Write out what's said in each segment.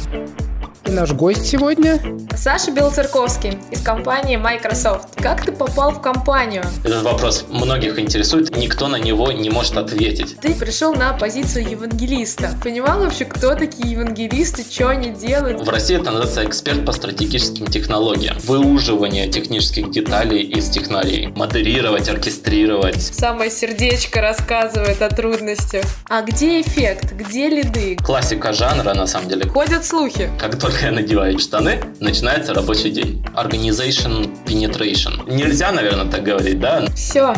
И наш гость сегодня Саша Белоцерковский из компании Microsoft. Как ты попал в компанию? Этот вопрос многих интересует, никто на него не может ответить. Ты пришел на позицию евангелиста. Понимал вообще, кто такие евангелисты, что они делают? В России это называется эксперт по стратегическим технологиям. Выуживание технических деталей из технологий. Модерировать, оркестрировать. Самое сердечко рассказывает о трудностях. А где эффект? Где лиды? Классика жанра, на самом деле. Ходят слухи. Как только я надеваю штаны, начинается рабочий день. Organization penetration. Нельзя, наверное, так говорить, да? Все.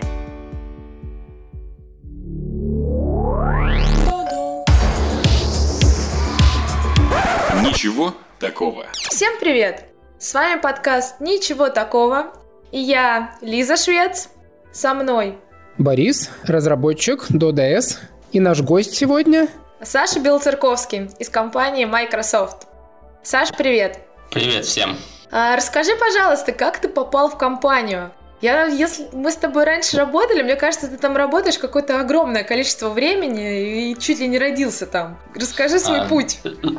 Ничего такого. Всем привет! С вами подкаст «Ничего такого». И я Лиза Швец. Со мной Борис, разработчик DoDS. И наш гость сегодня Саша Белоцерковский из компании Microsoft. Саш, привет! Привет всем! Расскажи, пожалуйста, как ты попал в компанию? Если мы с тобой раньше работали, мне кажется, ты там работаешь какое-то огромное количество времени и чуть ли не родился там. Расскажи свой путь.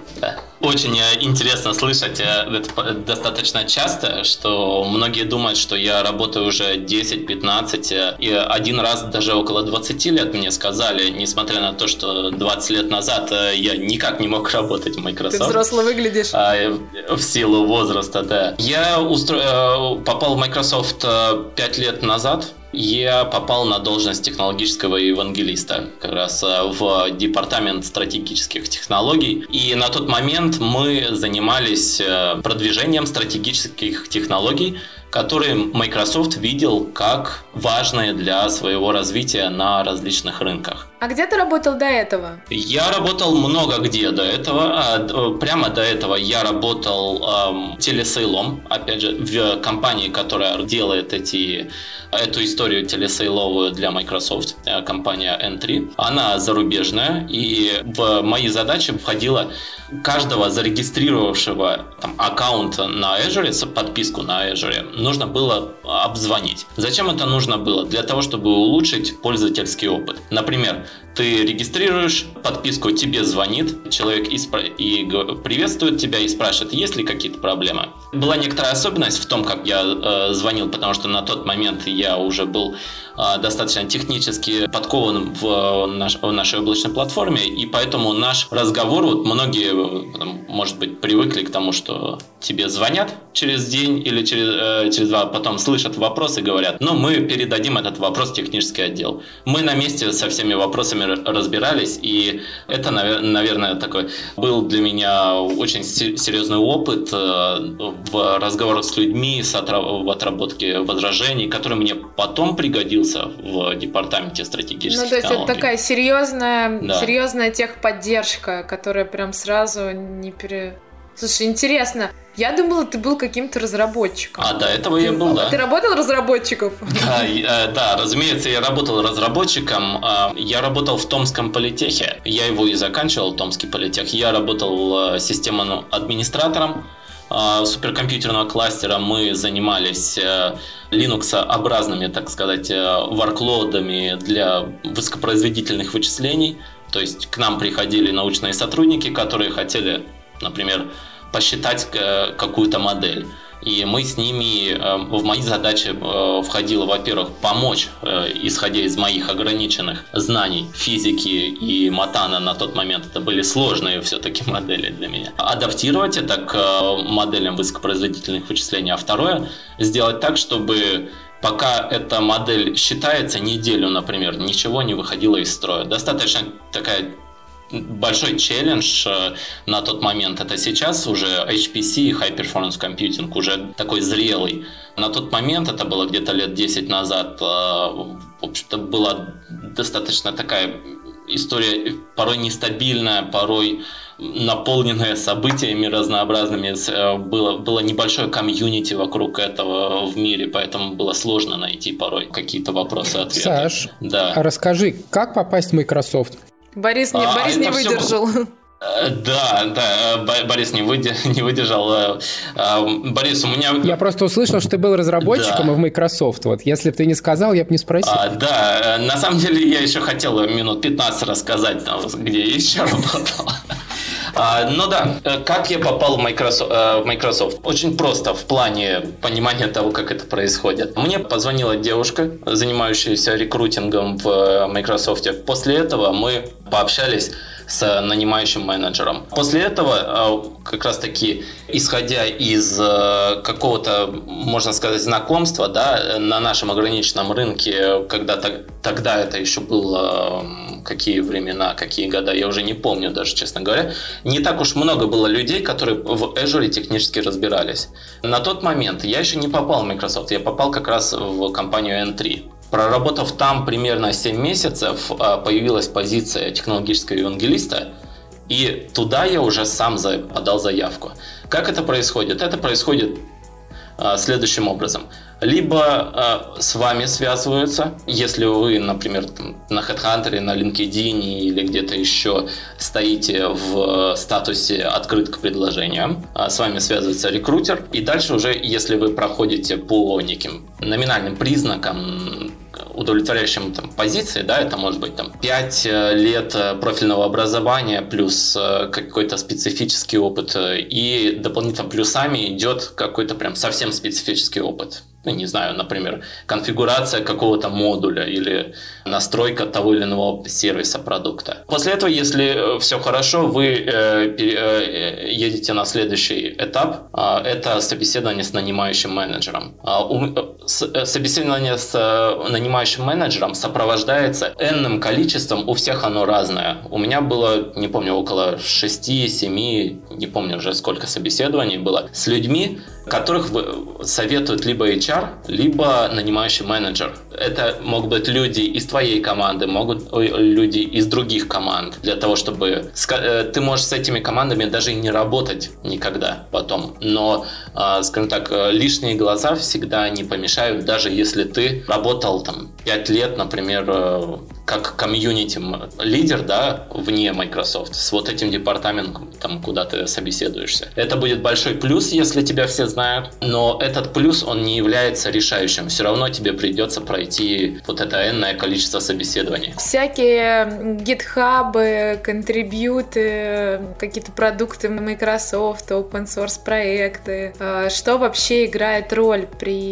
Очень интересно слышать это достаточно часто, что многие думают, что я работаю уже 10-15, и один раз даже около 20 лет мне сказали, несмотря на то, что 20 лет назад я никак не мог работать в Microsoft. Ты взрослый выглядишь. В силу возраста, да. Я попал в Microsoft 5 лет назад. Я попал на должность технологического евангелиста как раз в департамент стратегических технологий. И на тот момент мы занимались продвижением стратегических технологий, которые Microsoft видел как важные для своего развития на различных рынках. А где ты работал до этого? Я работал много где до этого. Прямо до этого я работал телесейлом, опять же, в компании, которая делает эту историю телесейловую для Microsoft, компания N3. Она зарубежная, и в мои задачи входило каждого зарегистрировавшего аккаунт на Azure, подписку на Azure, нужно было обзвонить. Зачем это нужно было? Для того, чтобы улучшить пользовательский опыт. Например, ты регистрируешь подписку, тебе звонит человек и приветствует тебя и спрашивает, есть ли какие-то проблемы. Была некоторая особенность в том, как я звонил, потому что на тот момент я уже был достаточно технически подкован в нашей облачной платформе, и поэтому наш разговор, многие, может быть, привыкли к тому, что тебе звонят через день или через два, потом слышат вопрос и говорят, мы передадим этот вопрос в технический отдел. Мы на месте со всеми вопросами разбирались, и это, наверное, такой был для меня очень серьезный опыт в разговорах с людьми, в отработке возражений, который мне потом пригодился в департаменте стратегических технологий. То есть это такая серьезная техподдержка, которая прям сразу не Слушай, интересно. Я думала, ты был каким-то разработчиком. До этого я был, да. Ты работал разработчиком? Да, разумеется, я работал разработчиком. Я работал в Томском политехе. Я его и заканчивал, Томский политех. Я работал системным администратором суперкомпьютерного кластера. Мы занимались Linux-образными, так сказать, ворклодами для высокопроизводительных вычислений. То есть к нам приходили научные сотрудники, которые хотели, например, посчитать какую-то модель. И мы с ними, в мои задачи входило, во-первых, помочь, исходя из моих ограниченных знаний физики и матана на тот момент, это были сложные все-таки модели для меня, адаптировать это к моделям высокопроизводительных вычислений. А второе, сделать так, чтобы пока эта модель считается неделю, например, ничего не выходило из строя. Достаточно такая большой челлендж на тот момент. Это сейчас уже HPC, High Performance Computing, уже такой зрелый. На тот момент, это было где-то лет 10 назад, в общем-то, была достаточно такая история, порой нестабильная, порой наполненная событиями разнообразными. Было небольшое комьюнити вокруг этого в мире, поэтому было сложно найти порой какие-то вопросы-ответы. Саш, да. А расскажи, как попасть в Microsoft? Борис не выдержал. Да, Борис не выдержал. Борис, у меня... Я просто услышал, что ты был разработчиком в Microsoft. Вот, если бы ты не сказал, я бы не спросил. Да, на самом деле я еще хотел минут 15 рассказать, где я еще работал. Ну да, как я попал в Microsoft? Очень просто в плане понимания того, как это происходит. Мне позвонила девушка, занимающаяся рекрутингом в Microsoft. После этого мы пообщались с нанимающим менеджером. После этого, как раз таки, исходя из какого-то, можно сказать, знакомства, да, на нашем ограниченном рынке, когда тогда это еще было, какие времена, какие года, я уже не помню даже, честно говоря, не так уж много было людей, которые в Azure технически разбирались. На тот момент я еще не попал в Microsoft, я попал как раз в компанию N3. Проработав там примерно 7 месяцев, появилась позиция технологического евангелиста, и туда я уже сам подал заявку. Как это происходит? Это происходит следующим образом. Либо с вами связываются, если вы, например, на HeadHunter, на LinkedIn или где-то еще стоите в статусе «открыт к предложениям», с вами связывается рекрутер, и дальше уже, если вы проходите по неким номинальным признакам, удовлетворяющим позиции, да, это может быть 5 лет профильного образования плюс какой-то специфический опыт, и дополнительно плюсами идет какой-то прям совсем специфический опыт. Ну, не знаю, например, конфигурация какого-то модуля или настройка того или иного сервиса продукта. После этого, если все хорошо, вы едете на следующий этап. Это собеседование с нанимающим менеджером. Собеседование с нанимающим менеджером сопровождается энным количеством, у всех оно разное. У меня было, не помню, около 6-7, не помню уже сколько собеседований было, с людьми, которых советуют либо HR, либо нанимающий менеджер. Это могут быть люди из твоей команды, могут люди из других команд, для того, чтобы... Ты можешь с этими командами даже и не работать никогда потом, но, скажем так, лишние глаза всегда не помешают, даже если ты работал 5 лет, например, как комьюнити-лидер, да, вне Microsoft, с вот этим департаментом, куда ты собеседуешься. Это будет большой плюс, если тебя все знают, но этот плюс, он не является решающим. Все равно тебе придется пройти вот это энное количество собеседований. Всякие гитхабы, контрибьюты, какие-то продукты Microsoft, open source проекты. Что вообще играет роль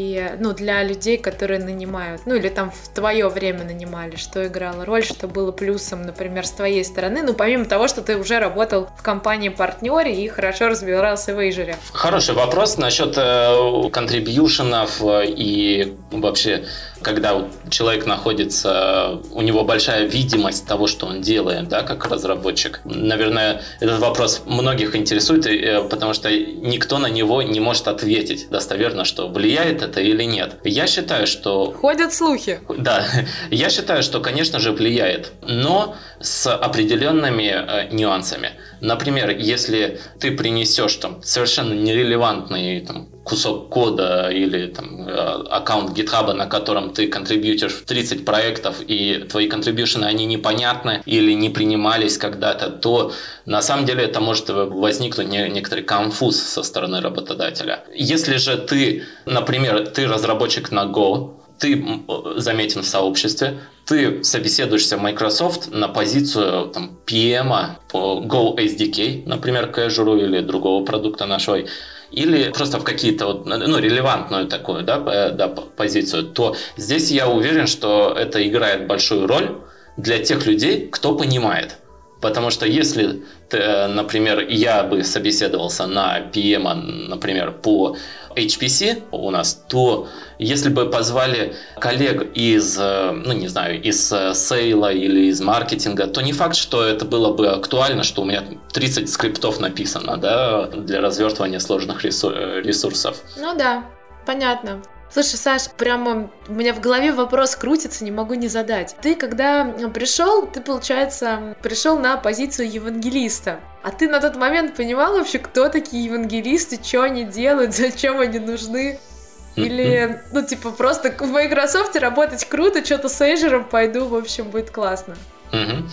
для людей, которые нанимают? Ну, или в твое время нанимали, что играло роль, что было плюсом, например, с твоей стороны, помимо того, что ты уже работал в компании-партнере и хорошо разбирался в Azure. Хороший вопрос насчет контрибьюшенов и вообще, когда человек находится, у него большая видимость того, что он делает, да, как разработчик. Наверное, этот вопрос многих интересует, потому что никто на него не может ответить достоверно, что влияет это или нет. Я считаю, что... Ходят слухи. Да, я считаю, что, конечно же, влияет, но с определенными нюансами. Например, если ты принесешь совершенно нерелевантный кусок кода или аккаунт GitHub, на котором ты контрибьютишь в 30 проектов, и твои контрибьюшены, они непонятны или не принимались когда-то, то на самом деле это может возникнуть некоторый конфуз со стороны работодателя. Если же ты, например, ты разработчик на Go, ты заметен в сообществе, ты собеседуешься в Microsoft на позицию PM по Go SDK, например, к Azure или другого продукта нашего, или просто в какие-то релевантную такую позицию, то здесь я уверен, что это играет большую роль для тех людей, кто понимает. Потому что если, например, я бы собеседовался на PM, например, по HPC у нас, то если бы позвали коллег из, из сейла или из маркетинга, то не факт, что это было бы актуально, что у меня 30 скриптов написано, да, для развертывания сложных ресурсов. Ну да, понятно. Слушай, Саш, прямо у меня в голове вопрос крутится, не могу не задать. Ты когда пришел, получается, пришел на позицию евангелиста. А ты на тот момент понимал вообще, кто такие евангелисты, что они делают, зачем они нужны? Или, просто в Microsoft работать круто, что-то с Azure пойду, в общем, будет классно.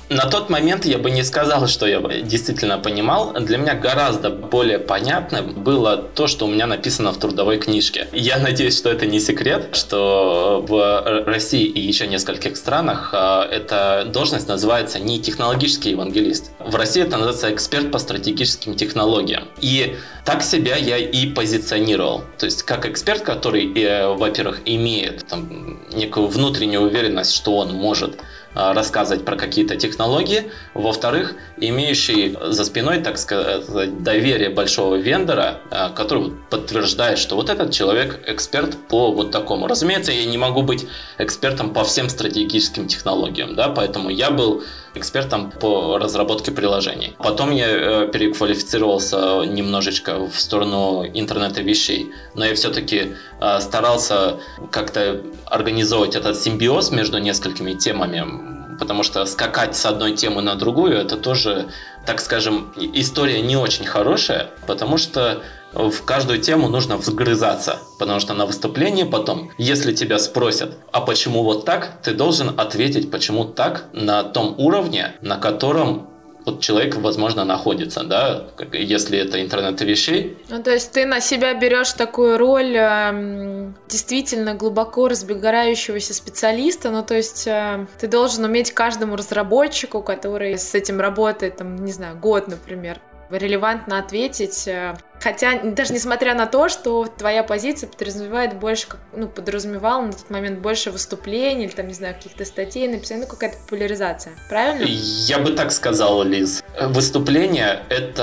На тот момент я бы не сказал, что я действительно понимал. Для меня гораздо более понятным было то, что у меня написано в трудовой книжке. Я надеюсь, что это не секрет, что в России и еще нескольких странах эта должность называется не технологический евангелист. В России это называется эксперт по стратегическим технологиям. И так себя я и позиционировал. То есть как эксперт, который, во-первых, имеет там некую внутреннюю уверенность, что он может рассказывать про какие-то технологии, во-вторых, имеющий за спиной, так сказать, доверие большого вендора, который подтверждает, что вот этот человек эксперт по вот такому. Разумеется, я не могу быть экспертом по всем стратегическим технологиям, да, поэтому я был экспертом по разработке приложений. Потом я переквалифицировался немножечко в сторону интернета вещей, но я все-таки старался как-то организовать этот симбиоз между несколькими темами, потому что скакать с одной темы на другую, это тоже, так скажем, история не очень хорошая, потому что в каждую тему нужно вгрызаться, потому что на выступлении потом, если тебя спросят, а почему вот так, ты должен ответить, почему так, на том уровне, на котором вот человек, возможно, находится, да, если это интернет вещей. Ну, то есть ты на себя берешь такую роль действительно глубоко разбегающегося специалиста, ну, то есть ты должен уметь каждому разработчику, который с этим работает, там, не знаю, год, например, релевантно ответить, хотя даже несмотря на то, что твоя позиция подразумевает больше, подразумевала на тот момент больше выступлений или там, не знаю, каких-то статей, написаний, какая-то популяризация, правильно? Я бы так сказал, Лиз. Выступления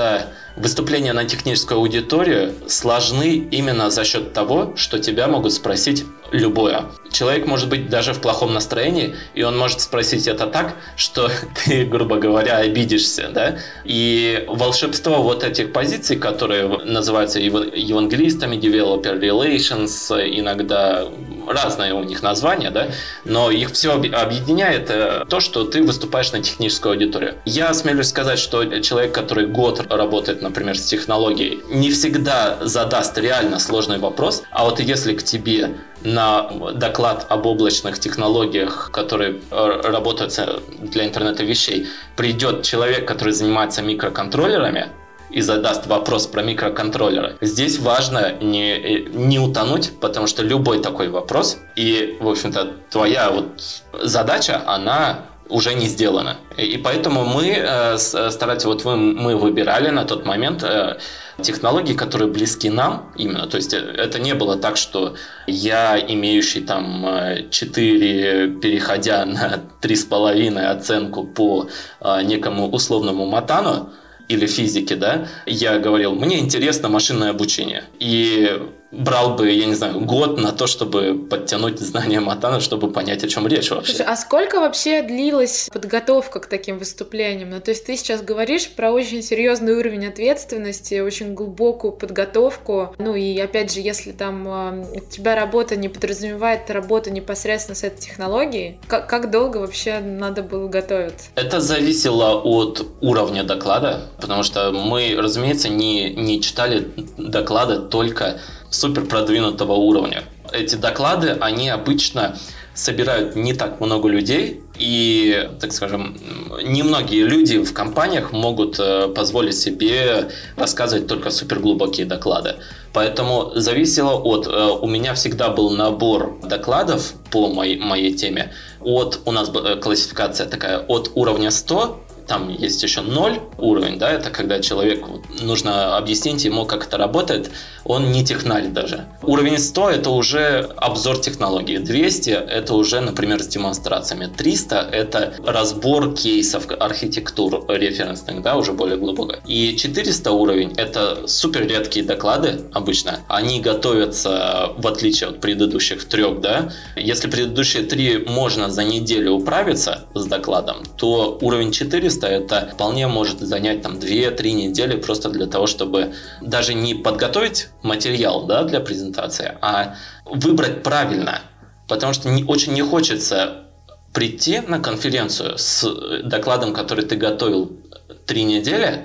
на техническую аудиторию сложны именно за счет того, что тебя могут спросить любое. Человек может быть даже в плохом настроении, и он может спросить это так, что ты, грубо говоря, обидишься, да? И волшебство вот этих позиций, которые называются евангелистами, developer relations, иногда разные у них названия, да? Но их все объединяет то, что ты выступаешь на техническую аудиторию. Я осмелюсь сказать, что человек, который год работает, например, с технологией, не всегда задаст реально сложный вопрос, а вот если к тебе на доклад об облачных технологиях, которые работают для интернета вещей, придет человек, который занимается микроконтроллерами, и задаст вопрос про микроконтроллеры. Здесь важно не утонуть, потому что любой такой вопрос, и, в общем-то, твоя вот задача, она уже не сделана. И поэтому мы старались, мы выбирали на тот момент технологии, которые близки нам именно. То есть это не было так, что я, имеющий там 4, переходя на 3,5 оценку по некому условному матану, или физики, да, я говорил, мне интересно машинное обучение. И брал бы, я не знаю, год на то, чтобы подтянуть знания матана, чтобы понять, о чем речь вообще. Слушай, а сколько вообще длилась подготовка к таким выступлениям? Ну, то есть ты сейчас говоришь про очень серьезный уровень ответственности, очень глубокую подготовку. Ну и опять же, если там у тебя работа не подразумевает работу непосредственно с этой технологией, как долго вообще надо было готовиться? Это зависело от уровня доклада, потому что мы, разумеется, не читали доклады только супер продвинутого уровня. Эти доклады, они обычно собирают не так много людей, и, так скажем, немногие люди в компаниях могут позволить себе рассказывать только суперглубокие доклады. Поэтому зависело от... У меня всегда был набор докладов по моей теме. У нас классификация такая от уровня 100, там есть еще 0 уровень, да, это когда человеку нужно объяснить ему, как это работает, он не технарь даже. Уровень 100 – это уже обзор технологии, 200 – это уже, например, с демонстрациями, 300 – это разбор кейсов, архитектур референсных, да, уже более глубоко. И 400 уровень – это супер редкие доклады обычно, они готовятся, в отличие от предыдущих 3, да, если предыдущие 3 можно за неделю управиться с докладом, то уровень 400 это вполне может занять там 2-3 недели просто для того, чтобы даже не подготовить материал, да, для презентации, а выбрать правильно. Потому что очень не хочется прийти на конференцию с докладом, который ты готовил 3 недели,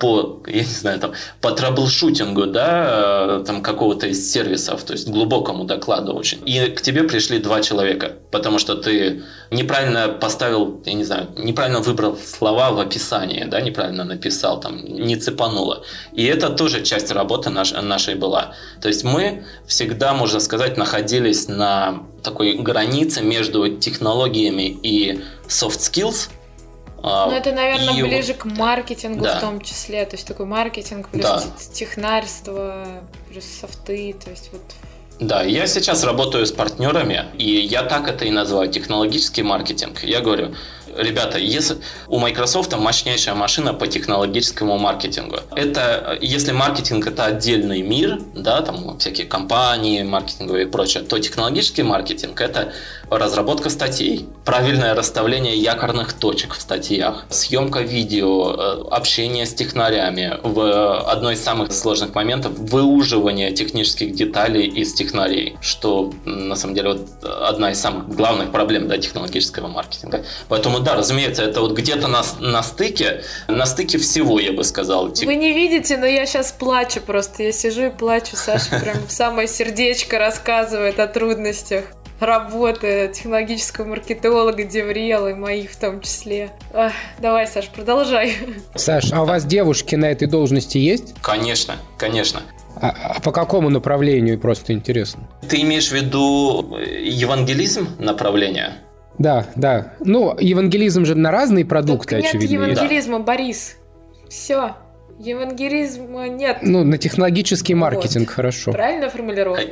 я не знаю, там, по траблшутингу, да, там, какого-то из сервисов, то есть глубокому докладу очень. И к тебе пришли 2 человека, потому что ты неправильно поставил, я не знаю, неправильно выбрал слова в описании, да, неправильно написал, там, не цепануло. И это тоже часть работы нашей была. То есть мы всегда, можно сказать, находились на такой границе между технологиями и soft skills. Ну, это, наверное, ближе к маркетингу, да, в том числе. То есть такой маркетинг плюс, да, технарство, плюс софты, то есть вот... Да, я сейчас работаю с партнерами, и я так это и называю, технологический маркетинг. Я говорю, ребята, если у Microsoft мощнейшая машина по технологическому маркетингу. Это, если маркетинг это отдельный мир, да, там всякие компании маркетинговые и прочее, то технологический маркетинг это разработка статей, правильное расставление якорных точек в статьях, съемка видео, общение с технарями. Одно из самых сложных моментов — выуживание технических деталей из технарей, что на самом деле вот одна из самых главных проблем, да, технологического маркетинга. Поэтому да, разумеется, это вот где-то на стыке всего, я бы сказал. Вы не видите, но я сейчас плачу просто. Я сижу и плачу, Саша прям в самое сердечко рассказывает о трудностях работы технологического маркетолога, деврела и моих в том числе. Давай, Саш, продолжай. Саш, а у вас девушки на этой должности есть? Конечно, конечно. А по какому направлению, просто интересно? Ты имеешь в виду евангелизм направление? Да, да. Ну, евангелизм же на разные продукты, так очевидно. Нет евангелизма, да. Борис. Все. Евангелизма нет. Ну, на технологический маркетинг, вот. Хорошо. Правильная формулировка?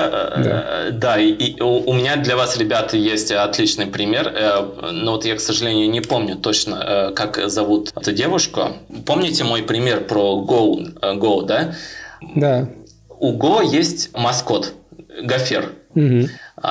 Да, и у меня для вас, ребята, есть отличный пример. Но вот я, к сожалению, не помню точно, как зовут эту девушку. Помните мой пример про Go, да? Да. У Go есть маскот, гофер. Угу.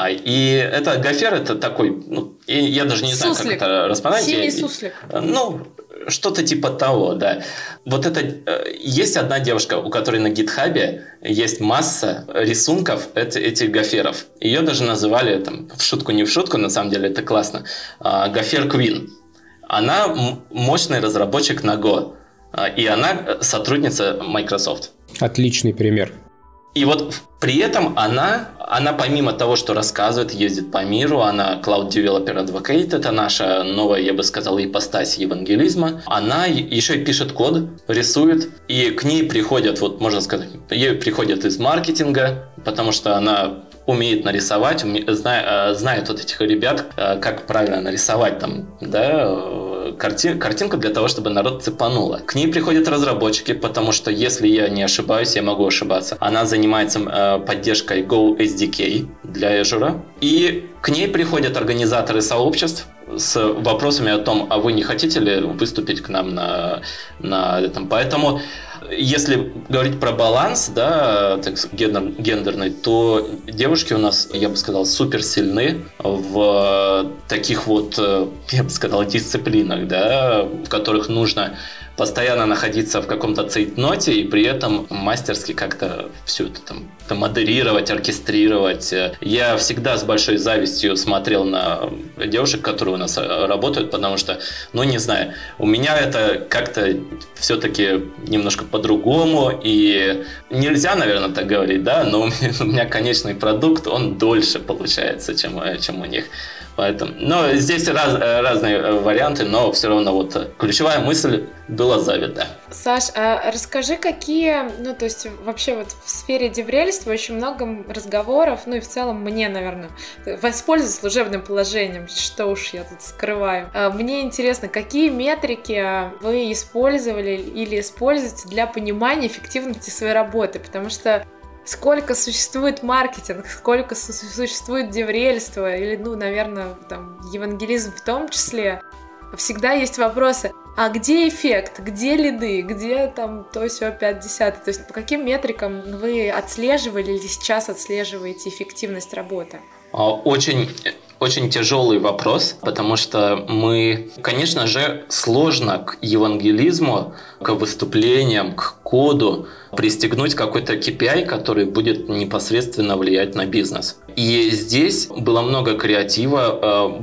И это гофер, это такой, ну, я даже не знаю, суслик. Как это распознать. Синий суслик. Ну, что-то типа того, да. Вот это есть одна девушка, у которой на гитхабе есть масса рисунков этих гоферов. Ее даже называли, там, в шутку не в шутку, на самом деле это классно, гофер Queen. Она мощный разработчик на Go, и она сотрудница Microsoft. Отличный пример. И вот при этом она помимо того, что рассказывает, ездит по миру, она Cloud Developer Advocate, это наша новая, я бы сказал, ипостась евангелизма. Она еще и пишет код, рисует, и к ней приходят, вот можно сказать, ей приходят из маркетинга, потому что она умеет нарисовать, знает вот этих ребят, как правильно нарисовать там, да, картинку для того, чтобы народ цепануло. К ней приходят разработчики, потому что, если я не ошибаюсь, я могу ошибаться, она занимается поддержкой Go SDK для Azure. И к ней приходят организаторы сообществ с вопросами о том, а вы не хотите ли выступить к нам на этом. Поэтому, если говорить про баланс, да, так, гендерный, то девушки у нас, я бы сказал, супер сильны в таких вот, я бы сказал, дисциплинах, да, в которых нужно постоянно находиться в каком-то цейтноте и при этом мастерски как-то все это там модерировать, оркестрировать. Я всегда с большой завистью смотрел на девушек, которые у нас работают, потому что, ну не знаю, у меня это как-то все-таки немножко по-другому, и нельзя, наверное, так говорить, да, но у меня конечный продукт, он дольше получается, чем у них. Поэтому, но здесь разные варианты, но все равно вот ключевая мысль была завита. Саш, а расскажи, какие, ну то есть вообще вот в сфере деврельства очень много разговоров, ну и в целом мне, наверное, воспользуюсь служебным положением, что уж я тут скрываю. Мне интересно, какие метрики вы использовали или используете для понимания эффективности своей работы, потому что сколько существует маркетинг, сколько существует деврельство, или, ну, наверное, там, евангелизм в том числе, всегда есть вопросы, а где эффект, где лиды, где там то сё 5-10, то есть по каким метрикам вы отслеживали или сейчас отслеживаете эффективность работы? Очень тяжелый вопрос, потому что мы, конечно же, сложно к евангелизму, к выступлениям, к QR-коду пристегнуть какой-то KPI, который будет непосредственно влиять на бизнес. И здесь было много креатива,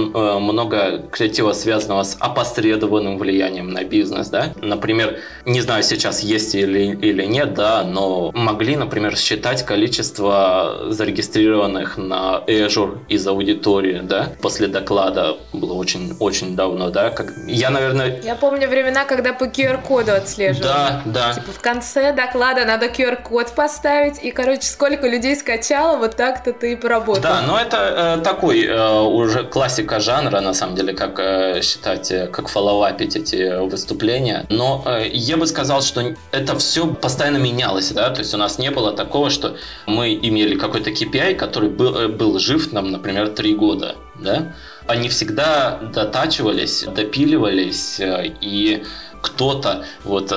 связанного с опосредованным влиянием на бизнес. Да? Например, не знаю, сейчас есть или нет, да, но могли, например, считать количество зарегистрированных на Azure из аудитории, да, после доклада, было очень давно, да. Я помню времена, когда по QR-коду отслеживали. Да. Типа в конце доклада надо QR-код поставить, и, сколько людей скачало, вот так-то ты и поработал. Да, но это такой уже классика жанра, на самом деле, как считать, как фоллоуапить эти выступления. Но я бы сказал, что это все постоянно менялось, да, то есть у нас не было такого, что мы имели какой-то KPI, который был жив нам, например, 3 года, да. Они всегда дотачивались, допиливались, и кто-то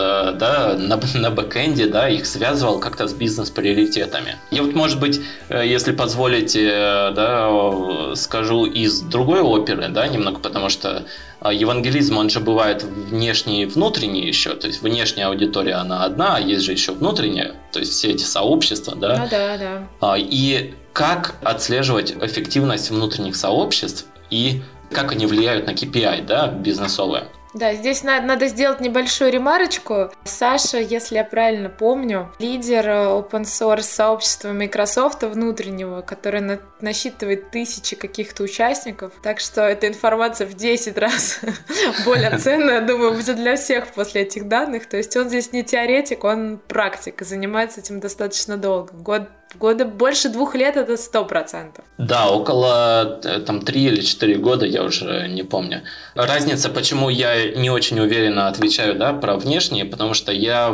на бэкэнде, да, их связывал как-то с бизнес-приоритетами. Я может быть, если позволите, да, скажу из другой оперы, да, немного, потому что евангелизм, он же бывает внешний и внутренний еще, то есть внешняя аудитория, она одна, а есть же еще внутренняя, то есть все эти сообщества, да. Да. И как отслеживать эффективность внутренних сообществ и как они влияют на KPI, да, бизнесовые. Да, здесь надо сделать небольшую ремарочку. Саша, если я правильно помню, лидер open source сообщества Microsoft внутреннего, который насчитывает тысячи каких-то участников. Так что эта информация в 10 раз более ценная, думаю, будет для всех после этих данных. То есть он здесь не теоретик, он практик и занимается этим достаточно долго. Года больше 2 лет это 100%. Да, около 3 или 4 года, я уже не помню. Разница, почему я не очень уверенно отвечаю, да, про внешние, потому что я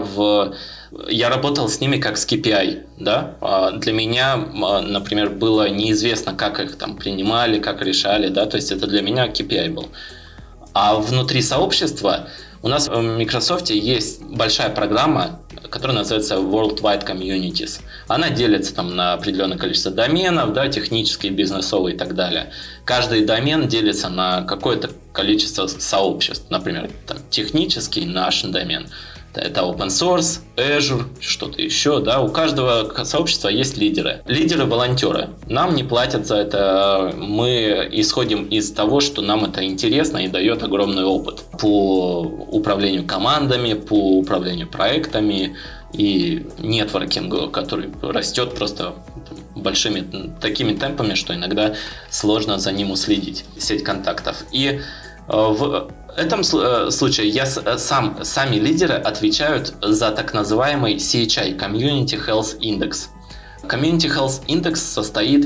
работал с ними как с KPI, да. Для меня, например, было неизвестно, как их там принимали, как решали, да, то есть это для меня KPI был. А внутри сообщества у нас в Microsoft есть большая программа, которая называется Worldwide Communities. Она делится там на определенное количество доменов, да, технические, бизнесовые и так далее. Каждый домен делится на какое-то количество сообществ. Например, там, технический наш домен. Это open source, Azure, что-то еще, да, у каждого сообщества есть лидеры. Лидеры-волонтеры. Нам не платят за это, мы исходим из того, что нам это интересно и дает огромный опыт по управлению командами, по управлению проектами и нетворкингу, который растет просто большими такими темпами, что иногда сложно за ним уследить, сеть контактов. И в этом случае сами лидеры отвечают за так называемый CHI – Community Health Index. Community Health Index состоит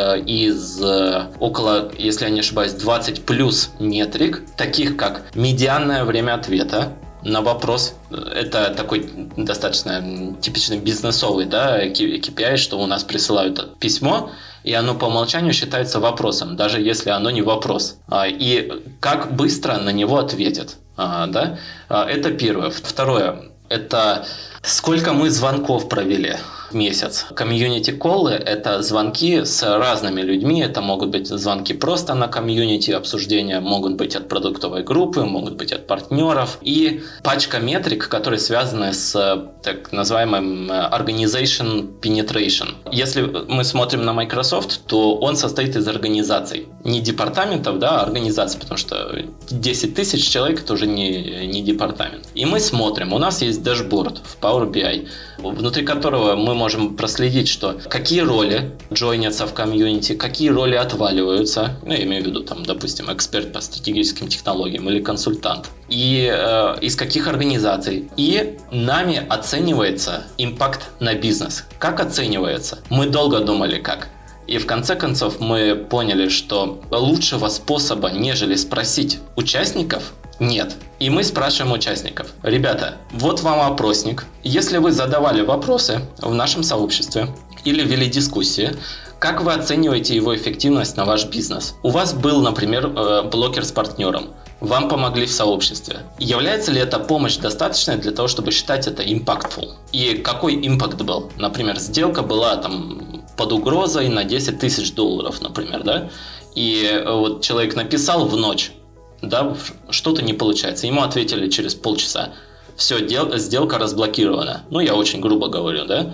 из около, если я не ошибаюсь, 20 плюс метрик, таких как медианное время ответа на вопрос. Это такой достаточно типичный бизнесовый, да, KPI, что у нас присылают письмо, и оно по умолчанию считается вопросом, даже если оно не вопрос. И как быстро на него ответят. Да? Это первое. Второе. Это сколько мы звонков провели в месяц. Комьюнити-коллы – это звонки с разными людьми. Это могут быть звонки просто на комьюнити обсуждения, могут быть от продуктовой группы, могут быть от партнеров. И пачка метрик, которые связаны с так называемым organization penetration. Если мы смотрим на Microsoft, то он состоит из организаций. Не департаментов, да, а организаций, потому что 10 тысяч человек – это уже не департамент. И мы смотрим, у нас есть дашборд в Power BI, внутри которого мы можем проследить, что какие роли джойнятся в комьюнити, какие роли отваливаются, я имею в виду, там, допустим, эксперт по стратегическим технологиям или консультант, и из каких организаций. И нами оценивается импакт на бизнес. Как оценивается? Мы долго думали, как. И в конце концов мы поняли, что лучшего способа, нежели спросить участников, нет. И мы спрашиваем участников: ребята, вот вам опросник. Если вы задавали вопросы в нашем сообществе или вели дискуссии, как вы оцениваете его эффективность на ваш бизнес? У вас был, например, блокер с партнером. Вам помогли в сообществе. Является ли эта помощь достаточной для того, чтобы считать это impactful? И какой импакт был? Например, сделка была там под угрозой на $10 тысяч, например, да? И вот человек написал в ночь, да, что-то не получается. Ему ответили через полчаса: все, сделка разблокирована. Ну, я очень грубо говорю, да?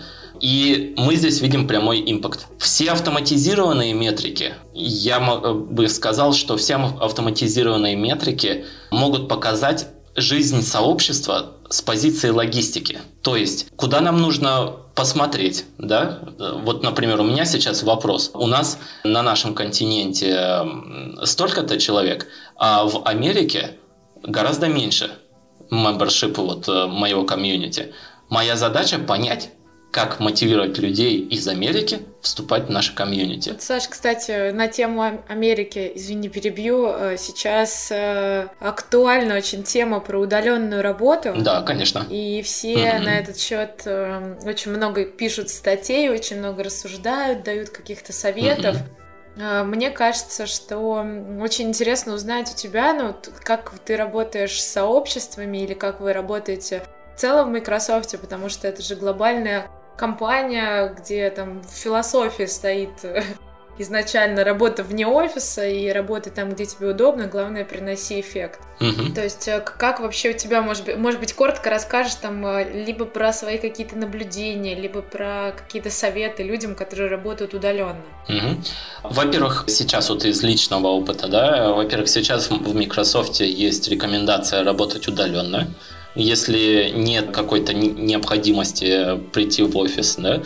И мы здесь видим прямой импакт. Все автоматизированные метрики, я бы сказал, что все автоматизированные метрики могут показать жизнь сообщества с позиции логистики. То есть, куда нам нужно посмотреть, да? Вот, например, у меня сейчас вопрос. У нас на нашем континенте столько-то человек, а в Америке гораздо меньше мембершипа вот моего комьюнити. Моя задача понять, как мотивировать людей из Америки вступать в наше комьюнити. Вот, Саш, кстати, на тему Америки, извини, перебью, сейчас актуальна очень тема про удаленную работу. Да, конечно. И все на этот счет очень много пишут статей, очень много рассуждают, дают каких-то советов. Мне кажется, что очень интересно узнать у тебя, ну, как ты работаешь с сообществами или как вы работаете в целом в Microsoft, потому что это же глобальная компания, где там в философии стоит изначально работа вне офиса и работай там, где тебе удобно, главное, приноси эффект. То есть как вообще у тебя, может быть, коротко расскажешь там либо про свои какие-то наблюдения, либо про какие-то советы людям, которые работают удаленно? Во-первых, сейчас вот из личного опыта, да, во-первых, сейчас в Microsoft есть рекомендация работать удаленно. Если нет какой-то необходимости прийти в офис, да,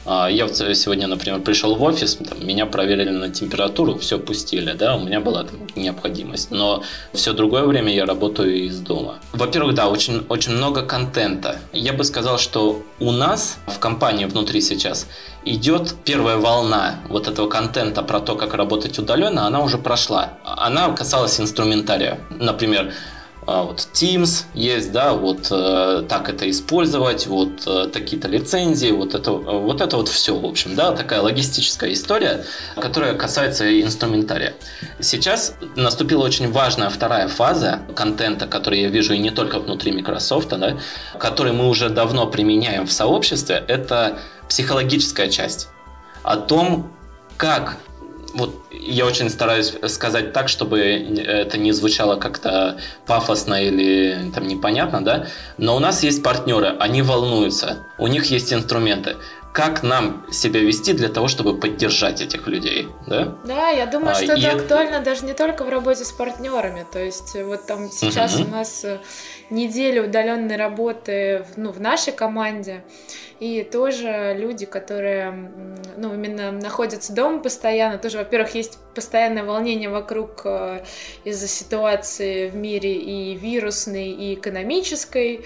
я вот сегодня, например, пришел в офис, там, меня проверили на температуру, все пустили, да, у меня была там необходимость, но все другое время я работаю из дома. Во-первых, да, очень, очень много контента. Я бы сказал, что у нас в компании внутри сейчас идет первая волна вот этого контента про то, как работать удаленно, она уже прошла. Она касалась инструментария. Например, вот Teams есть, да, вот так это использовать, вот такие-то лицензии, вот это все, в общем, да, такая логистическая история, которая касается инструментария. Сейчас наступила очень важная вторая фаза контента, который я вижу и не только внутри Microsoft, да, который мы уже давно применяем в сообществе, это психологическая часть о том, как. Вот я очень стараюсь сказать так, чтобы это не звучало как-то пафосно или там непонятно, да? Но у нас есть партнеры, они волнуются, у них есть инструменты. Как нам себя вести для того, чтобы поддержать этих людей, да? Да, я думаю, что это актуально даже не только в работе с партнерами. То есть вот там сейчас у нас неделя удаленной работы в нашей команде. И тоже люди, которые, именно находятся дома постоянно, тоже, во-первых, есть постоянное волнение вокруг из-за ситуации в мире и вирусной, и экономической,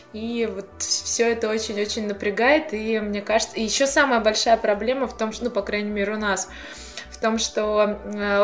и вот все это очень-очень напрягает, и мне кажется, и еще самая большая проблема в том, что, по крайней мере, у нас, в том, что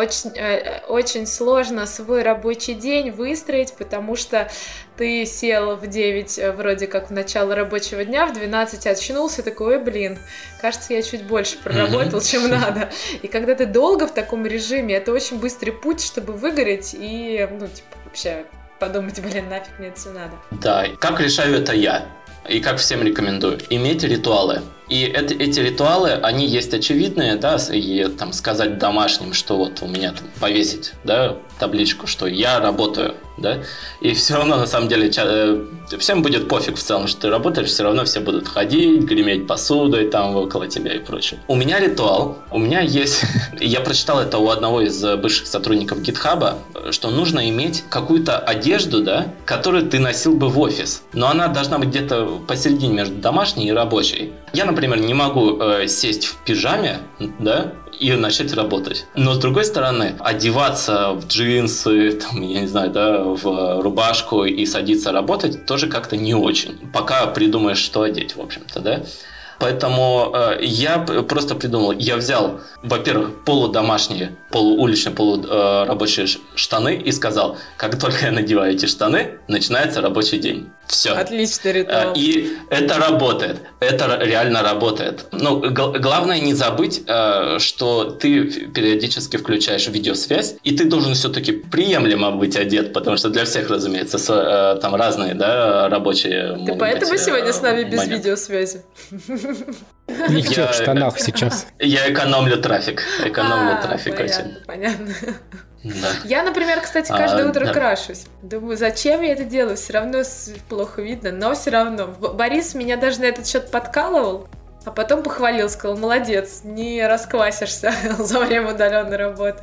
очень сложно свой рабочий день выстроить, потому что ты сел в 9 вроде как в начало рабочего дня, в 12 очнулся, такой, ой, блин, кажется, я чуть больше проработал, чем надо. И когда ты долго в таком режиме, это очень быстрый путь, чтобы выгореть и, вообще подумать, блин, нафиг мне это все надо. Да, как решаю это я? И как всем рекомендую, иметь ритуалы. И эти ритуалы, они есть очевидные, да, и там сказать домашним, что вот у меня там повесить, да, табличку, что я работаю, да, и все равно на самом деле всем будет пофиг в целом, что ты работаешь, все равно все будут ходить, греметь посудой там около тебя и прочее. У меня ритуал, у меня есть, я прочитал это у одного из бывших сотрудников GitHub, что нужно иметь какую-то одежду, да, которую ты носил бы в офис, но она должна быть где-то посередине между домашней и рабочей. Я, например, не могу сесть в пижаме, да, и начать работать. Но, с другой стороны, одеваться в джинсы, там, я не знаю, да, в рубашку и садиться работать тоже как-то не очень. Пока придумаешь, что одеть, в общем-то, да. Поэтому я просто придумал, я взял, во-первых, полудомашние, полууличные, полурабочие штаны и сказал, как только я надеваю эти штаны, начинается рабочий день. Все. Отличный ритуал. И это работает. Это реально работает. Главное не забыть, что ты периодически включаешь видеосвязь, и ты должен все-таки приемлемо быть одет, потому что для всех, разумеется, там разные, да, рабочие. Ты поэтому сегодня с нами без видеосвязи? Не в тех штанах сейчас. Я экономлю трафик. Очень. Понятно. Да. Я, например, кстати, каждое утро крашусь. Думаю, зачем я это делаю? Все равно плохо видно, но все равно. Борис меня даже на этот счет подкалывал, а потом похвалил, сказал: молодец, не расквасишься за время удаленной работы.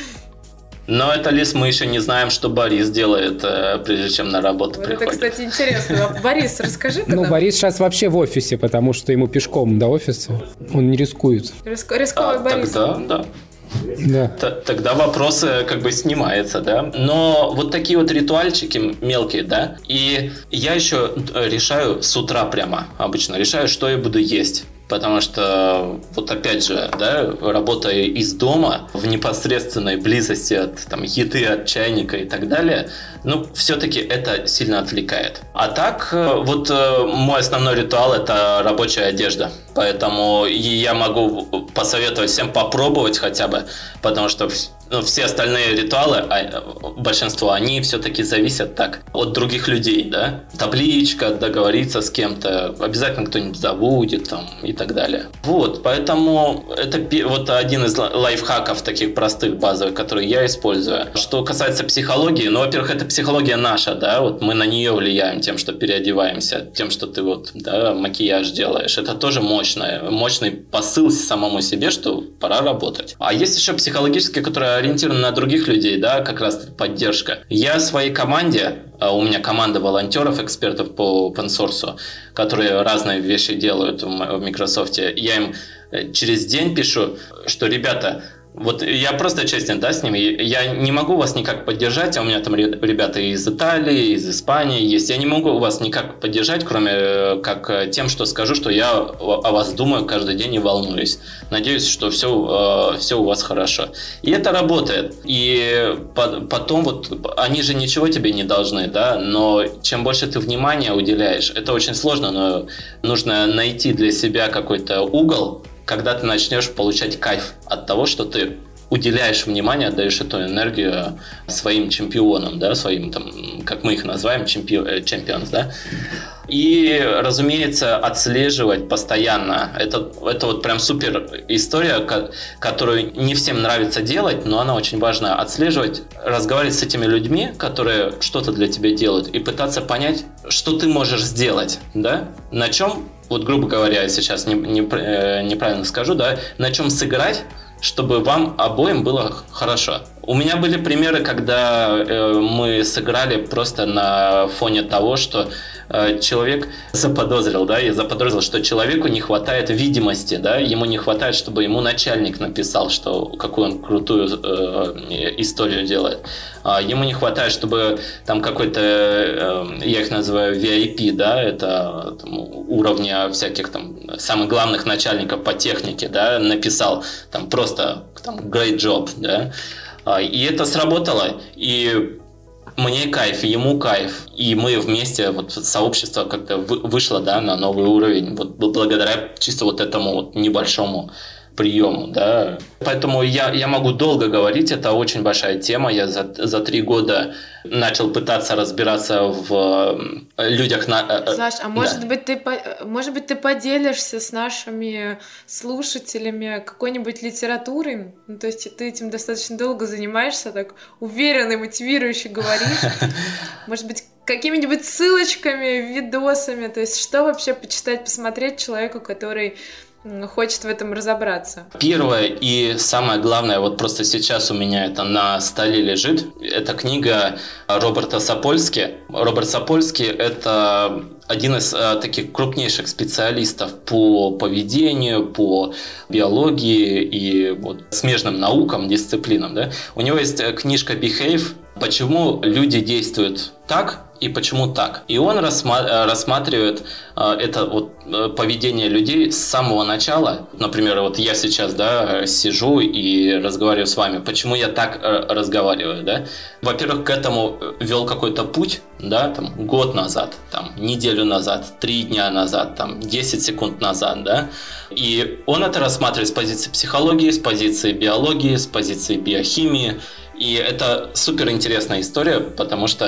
Но это, Лиз, мы еще не знаем, что Борис делает, прежде чем на работу вот приходит. Это, кстати, интересно. Борис, расскажи-ка нам. Борис сейчас вообще в офисе, потому что ему пешком до офиса. Он не рискует. Рисковый Борис. Тогда, да. Тогда вопросы как бы снимаются, да. Но вот такие вот ритуальчики мелкие, да. И я еще решаю с утра обычно решаю, что я буду есть. Потому что, вот опять же, да, работая из дома, в непосредственной близости от еды, от чайника и так далее, все-таки это сильно отвлекает. А так, вот мой основной ритуал – это рабочая одежда. Поэтому я могу посоветовать всем попробовать хотя бы, потому что все остальные ритуалы, большинство, они все-таки зависят от других людей, да. Табличка, договориться с кем-то, обязательно кто-нибудь забудет и так далее. Вот, поэтому это вот один из лайфхаков таких простых, базовых, которые я использую. Что касается психологии, во-первых, это психология наша, да, вот мы на нее влияем тем, что переодеваемся, тем, что ты макияж делаешь. Это тоже мощный посыл самому себе, что пора работать. А есть еще психологические, которые ориентированы на других людей, да, как раз поддержка. Я своей команде, у меня команда волонтеров, экспертов по open-source, которые разные вещи делают в Microsoft, я им через день пишу, что, ребята, вот я просто честен, да, с ними, я не могу вас никак поддержать, а у меня там ребята из Италии, из Испании есть, я не могу вас никак поддержать, кроме как тем, что скажу, что я о вас думаю каждый день и волнуюсь. Надеюсь, что все у вас хорошо. И это работает. И потом они же ничего тебе не должны, да, но чем больше ты внимания уделяешь, это очень сложно, но нужно найти для себя какой-то угол, когда ты начнешь получать кайф от того, что ты уделяешь внимание, отдаешь эту энергию своим чемпионам, да, своим, как мы их называем, чемпионс, да. И, разумеется, отслеживать постоянно. Это вот прям супер история, которую не всем нравится делать, но она очень важна. Отслеживать, разговаривать с этими людьми, которые что-то для тебя делают, и пытаться понять, что ты можешь сделать, да, на чем, вот грубо говоря, я сейчас неправильно скажу, да, на чем сыграть, чтобы вам обоим было хорошо. У меня были примеры, когда мы сыграли просто на фоне того, что человек заподозрил, да, я заподозрил, что человеку не хватает видимости, да, ему не хватает, чтобы ему начальник написал, какую он крутую историю делает. Ему не хватает, чтобы там какой-то, я их называю VIP, да, это уровня всяких самых главных начальников по технике, да, написал просто great job, да. И это сработало, и мне кайф, ему кайф, и мы вместе, сообщество как-то вышло, да, на новый уровень, благодаря чисто этому небольшому приему, да. Поэтому я могу долго говорить, это очень большая тема. Я за 3 года начал пытаться разбираться в людях. Саш, а может быть ты поделишься с нашими слушателями какой-нибудь литературой? То есть ты этим достаточно долго занимаешься, так уверенно и мотивирующе говоришь. Может быть, какими-нибудь ссылочками, видосами, то есть что вообще почитать, посмотреть человеку, который хочет в этом разобраться? Первое и самое главное, просто сейчас у меня это на столе лежит, это книга Роберта Сапольски. Роберт Сапольски – это один из таких крупнейших специалистов по поведению, по биологии и смежным наукам, дисциплинам. Да? У него есть книжка «Behave», почему люди действуют так и почему так. И он рассматривает это поведение людей с самого начала. Например, я сейчас, да, сижу и разговариваю с вами. Почему я так разговариваю, да? Во-первых, к этому вел какой-то путь, да, год назад, неделю назад, 3 дня назад, 10 секунд назад, да. И он это рассматривает с позиции психологии, с позиции биологии, с позиции биохимии. И это супер интересная история, потому что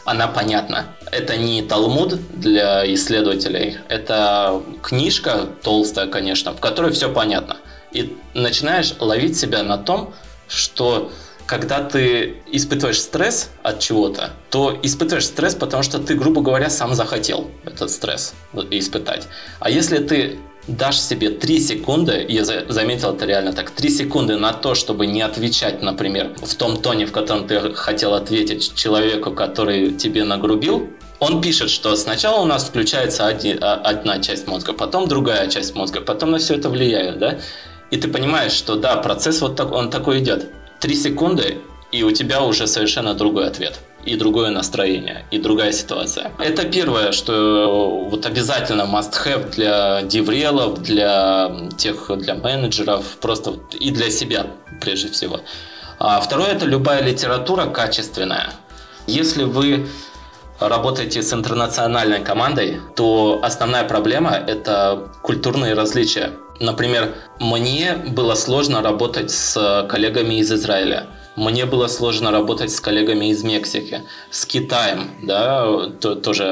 она понятна. Это не Талмуд для исследователей, это книжка толстая, конечно, в которой все понятно. И начинаешь ловить себя на том, что когда ты испытываешь стресс от чего-то, то испытываешь стресс, потому что ты, грубо говоря, сам захотел этот стресс испытать. А если ты дашь себе 3 секунды, я заметил это реально так, 3 секунды на то, чтобы не отвечать, например, в том тоне, в котором ты хотел ответить человеку, который тебе нагрубил, он пишет, что сначала у нас включается одна часть мозга, потом другая часть мозга, потом на все это влияет, да? И ты понимаешь, что да, процесс вот так, он такой идет. 3 секунды, и у тебя уже совершенно другой ответ. И другое настроение, и другая ситуация. Это первое, что вот обязательно must-have для деврелов, для менеджеров, просто и для себя прежде всего. А второе, это любая литература качественная. Если вы работаете с интернациональной командой, то основная проблема – это культурные различия. Например, мне было сложно работать с коллегами из Израиля. Мне было сложно работать с коллегами из Мексики, с Китаем, да, тоже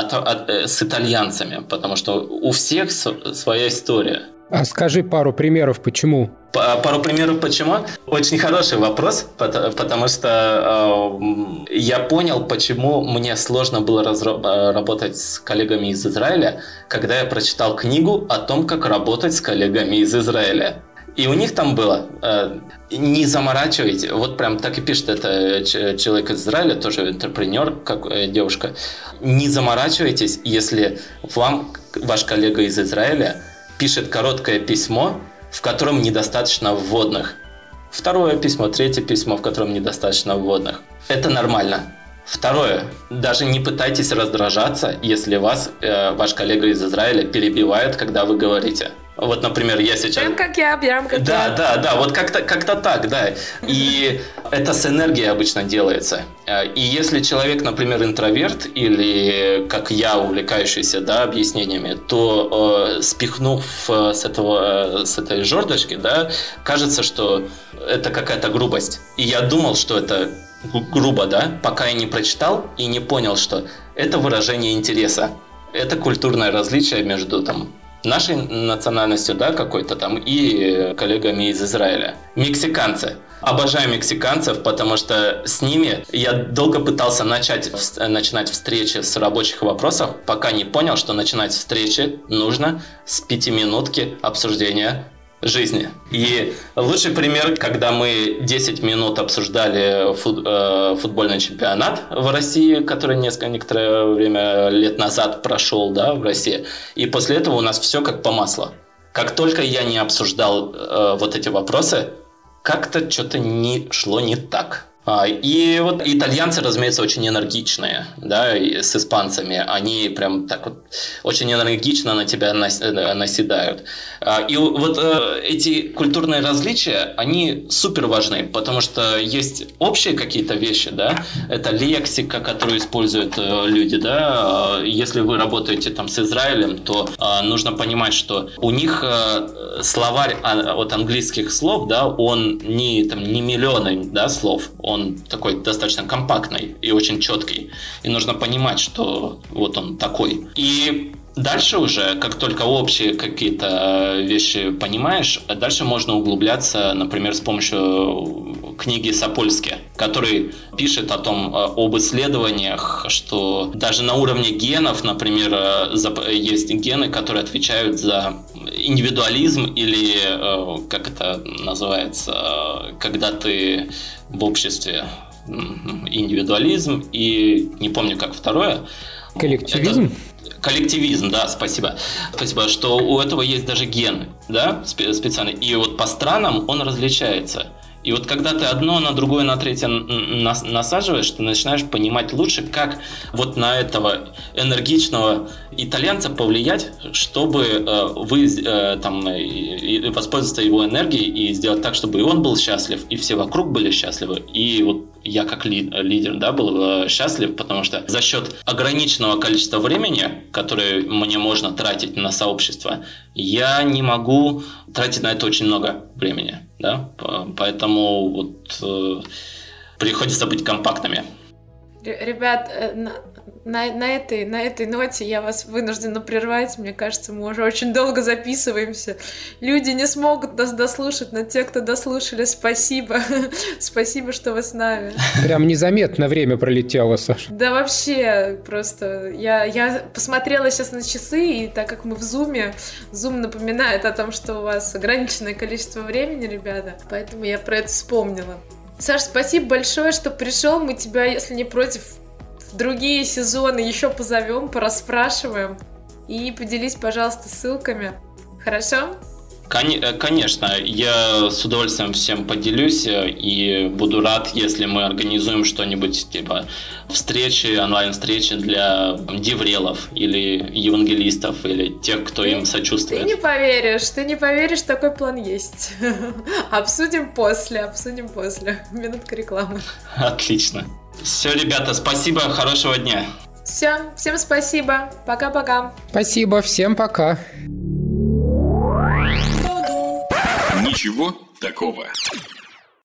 с итальянцами, потому что у всех своя история. А скажи пару примеров, почему? Пару примеров почему? Очень хороший вопрос, потому что я понял, почему мне сложно было работать с коллегами из Израиля, когда я прочитал книгу о том, как работать с коллегами из Израиля. И у них там было «не заморачивайте», вот прям так и пишет это человек из Израиля, тоже интерпренер, как девушка, «не заморачивайтесь, если вам ваш коллега из Израиля пишет короткое письмо, в котором недостаточно вводных. Второе письмо, третье письмо, в котором недостаточно вводных. Это нормально. Второе. Даже не пытайтесь раздражаться, если вас ваш коллега из Израиля перебивает, когда вы говорите. Вот, например, я сейчас... Прям как я. Да, вот как-то так, да. И это с энергией обычно делается. И если человек, например, интроверт или, как я, увлекающийся, да, объяснениями, то спихнув с этой жердочки, да, кажется, что это какая-то грубость. И я думал, что это грубо, да, пока я не прочитал и не понял, что это выражение интереса. Это культурное различие между там нашей национальностью, да, какой-то там, и коллегами из Израиля. Мексиканцы. Обожаю мексиканцев, потому что с ними я долго пытался начинать встречи с рабочих вопросов, пока не понял, что начинать встречи нужно с 5-минутки обсуждения жизни. И лучший пример, когда мы 10 минут обсуждали футбольный чемпионат в России, который некоторое время лет назад прошел, да, в России. И после этого у нас все как по маслу. Как только я не обсуждал вот эти вопросы, как-то что-то шло не так. И вот итальянцы, разумеется, очень энергичные, да, и с испанцами. Они прям так вот очень энергично на тебя наседают. И вот эти культурные различия, они супер важны, потому что есть общие какие-то вещи, да, это лексика, которую используют люди, да. Если вы работаете там с Израилем, то нужно понимать, что у них словарь от английских слов, да, он не миллионы, да, слов, он такой достаточно компактный и очень четкий. И нужно понимать, что вот он такой. И дальше уже, как только общие какие-то вещи понимаешь, дальше можно углубляться, например, с помощью книги Сапольски, который пишет об исследованиях, что даже на уровне генов, например, есть гены, которые отвечают за индивидуализм или, как это называется, когда ты в обществе индивидуализм и не помню, как второе. Коллективизм? Коллективизм, да, спасибо. Спасибо, что у этого есть даже ген, да, специальный. И вот по странам он различается. И вот когда ты одно на другое, на третье насаживаешь, ты начинаешь понимать лучше, как вот на этого энергичного итальянца повлиять, чтобы вы там воспользоваться его энергией и сделать так, чтобы и он был счастлив, и все вокруг были счастливы. И вот я как лидер, да, был счастлив, потому что за счет ограниченного количества времени, которое мне можно тратить на сообщество, я не могу тратить на это очень много времени, да, поэтому вот приходится быть компактными. Ребят, на этой ноте я вас вынуждена прервать. Мне кажется, мы уже очень долго записываемся. Люди не смогут нас дослушать, но те, кто дослушали, спасибо. Спасибо, что вы с нами. Прям незаметно время пролетело, Саша. Да вообще, просто я посмотрела сейчас на часы, и так как мы в Зуме, Зум напоминает о том, что у вас ограниченное количество времени, ребята, поэтому я про это вспомнила. Саш, спасибо большое, что пришел. Мы тебя, если не против, в другие сезоны еще позовем, порасспрашиваем. И поделись, пожалуйста, ссылками. Хорошо? Конечно, я с удовольствием всем поделюсь и буду рад, если мы организуем что-нибудь типа встречи, онлайн-встречи для деврелов или евангелистов, или тех, кто им сочувствует. Ты не поверишь, такой план есть. Обсудим после. Минутка рекламы. Отлично. Все, ребята, спасибо, хорошего дня. Все, всем спасибо. Пока-пока. Спасибо, всем пока. Ничего такого.